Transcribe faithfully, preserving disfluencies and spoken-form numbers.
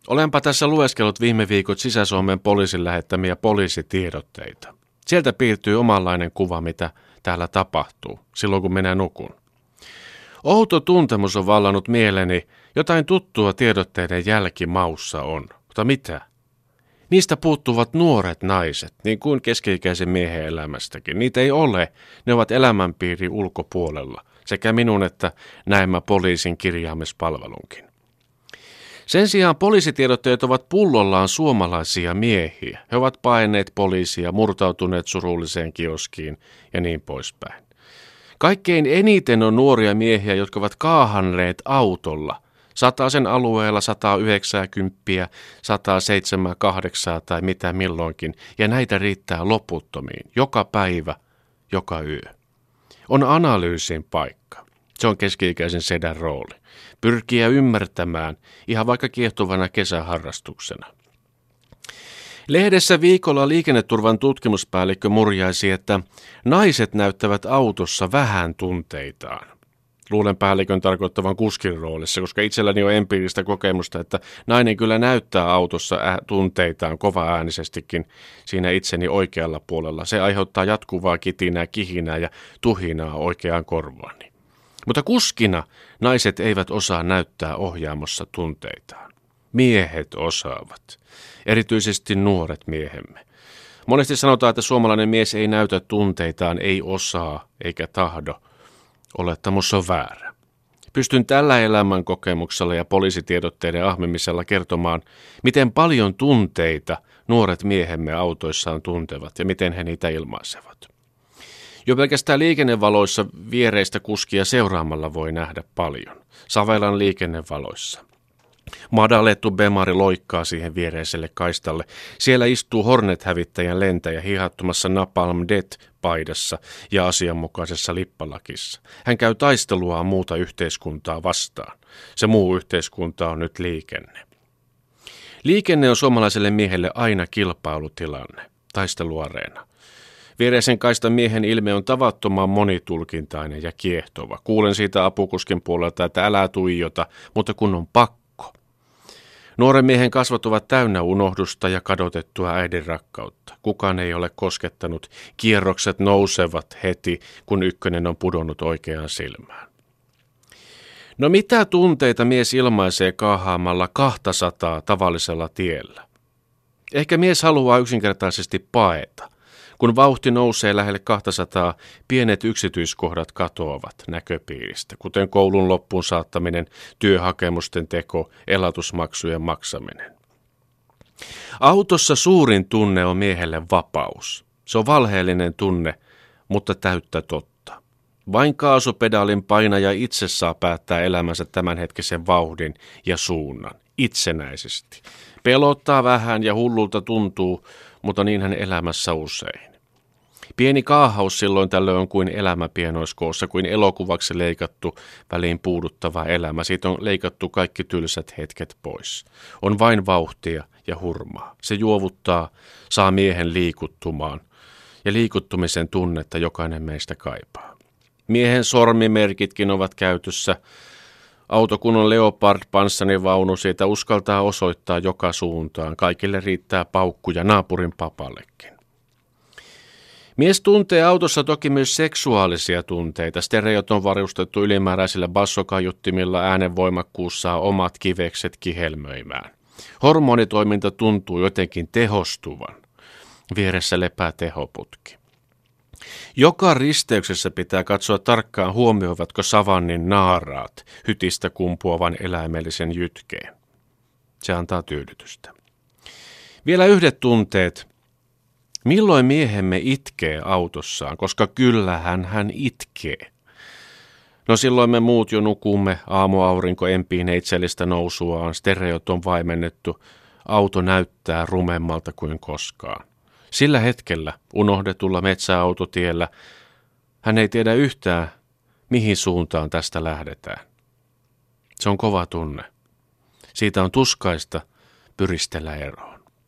Olenpa tässä lueskellut viime viikot Sisä-Suomen poliisin lähettämiä poliisitiedotteita. Sieltä piirtyy omanlainen kuva, mitä täällä tapahtuu, silloin kun minä nukun. Outo tuntemus on vallannut mieleni, jotain tuttua tiedotteiden jälkimaussa on. Mutta mitä? Niistä puuttuvat nuoret naiset, niin kuin keski-ikäisen miehen elämästäkin. Niitä ei ole, ne ovat elämänpiirin ulkopuolella, sekä minun että näemmä poliisin kirjaamispalvelunkin. Sen sijaan poliisitiedotteet ovat pullollaan suomalaisia miehiä. He ovat paenneet poliisia, murtautuneet surulliseen kioskiin ja niin poispäin. Kaikkein eniten on nuoria miehiä, jotka ovat kaahanneet autolla. Sataisen alueella sata yhdeksänkymmentä, sata seitsemän, kahdeksan tai mitä milloinkin, ja näitä riittää loputtomiin, joka päivä, joka yö. On analyysin paikka. Se on keski-ikäisen sedän rooli. Pyrkiä ymmärtämään, ihan vaikka kiehtovana kesäharrastuksena. Lehdessä viikolla liikenneturvan tutkimuspäällikkö murjaisi, että naiset näyttävät autossa vähän tunteitaan. Luulen päällikön tarkoittavan kuskin roolissa, koska itselläni on empiiristä kokemusta, että nainen kyllä näyttää autossa ä- tunteitaan kova-äänisestikin siinä itseni oikealla puolella. Se aiheuttaa jatkuvaa kitinää, kihinää ja tuhinaa oikeaan korvaani. Mutta kuskina naiset eivät osaa näyttää ohjaamossa tunteitaan. Miehet osaavat, erityisesti nuoret miehemme. Monesti sanotaan, että suomalainen mies ei näytä tunteitaan, ei osaa eikä tahdo. Olettamus on väärä. Pystyn tällä elämän kokemuksella ja poliisitiedotteiden ahmimisella kertomaan, miten paljon tunteita nuoret miehemme autoissaan tuntevat ja miten he niitä ilmaisevat. Jo pelkästään liikennevaloissa viereistä kuskia seuraamalla voi nähdä paljon. Savelan liikennevaloissa. Madalettu Bemari loikkaa siihen viereiselle kaistalle. Siellä istuu Hornet-hävittäjän lentäjä hihattomassa Napalm Death-paidassa ja asianmukaisessa lippalakissa. Hän käy taistelua muuta yhteiskuntaa vastaan. Se muu yhteiskunta on nyt liikenne. Liikenne on suomalaiselle miehelle aina kilpailutilanne, taisteluareena. Viereisen kaistan miehen ilme on tavattoman monitulkintainen ja kiehtova. Kuulen siitä apukuskin puolelta, että älä tuijota, mutta kun on pakko. Nuoren miehen kasvot ovat täynnä unohdusta ja kadotettua äidin rakkautta. Kukaan ei ole koskettanut. Kierrokset nousevat heti, kun ykkönen on pudonnut oikeaan silmään. No mitä tunteita mies ilmaisee kaahaamalla kahtasataa tavallisella tiellä? Ehkä mies haluaa yksinkertaisesti paeta. Kun vauhti nousee lähelle kahtasataa, pienet yksityiskohdat katoavat näköpiiristä, kuten koulun loppuun saattaminen, työhakemusten teko, elatusmaksujen maksaminen. Autossa suurin tunne on miehelle vapaus. Se on valheellinen tunne, mutta täyttä totta. Vain kaasupedaalin painaja itse saa päättää elämänsä tämänhetkisen vauhdin ja suunnan, itsenäisesti. Pelottaa vähän ja hullulta tuntuu, mutta niinhän elämässä usein. Pieni kaahaus silloin tällöin on kuin elämä pienoiskoossa, kuin elokuvaksi leikattu, väliin puuduttava elämä. Siitä on leikattu kaikki tylsät hetket pois. On vain vauhtia ja hurmaa. Se juovuttaa, saa miehen liikuttumaan ja liikuttumisen tunnetta jokainen meistä kaipaa. Miehen sormimerkitkin ovat käytössä. Auto kun on Leopard-panssarivaunu, siitä uskaltaa osoittaa joka suuntaan. Kaikille riittää paukkuja naapurin papallekin. Mies tuntee autossa toki myös seksuaalisia tunteita. Stereot on varustettu ylimääräisillä bassokaiuttimilla, äänenvoimakkuus saa omat kivekset kihelmöimään. Hormonitoiminta tuntuu jotenkin tehostuvan. Vieressä lepää tehoputki. Joka risteyksessä pitää katsoa tarkkaan, huomioivatko savannin naaraat hytistä kumpuavan eläimellisen jytkeen. Se antaa tyydytystä. Vielä yhdet tunteet. Milloin miehemme itkee autossaan, koska kyllähän hän itkee. No silloin me muut jo nukumme, aamuaurinko empii neitsellistä nousuaan, stereot on vaimennettu, auto näyttää rumemmalta kuin koskaan. Sillä hetkellä, unohdetulla metsäautotiellä, hän ei tiedä yhtään, mihin suuntaan tästä lähdetään. Se on kova tunne. Siitä on tuskaista pyristellä eroon.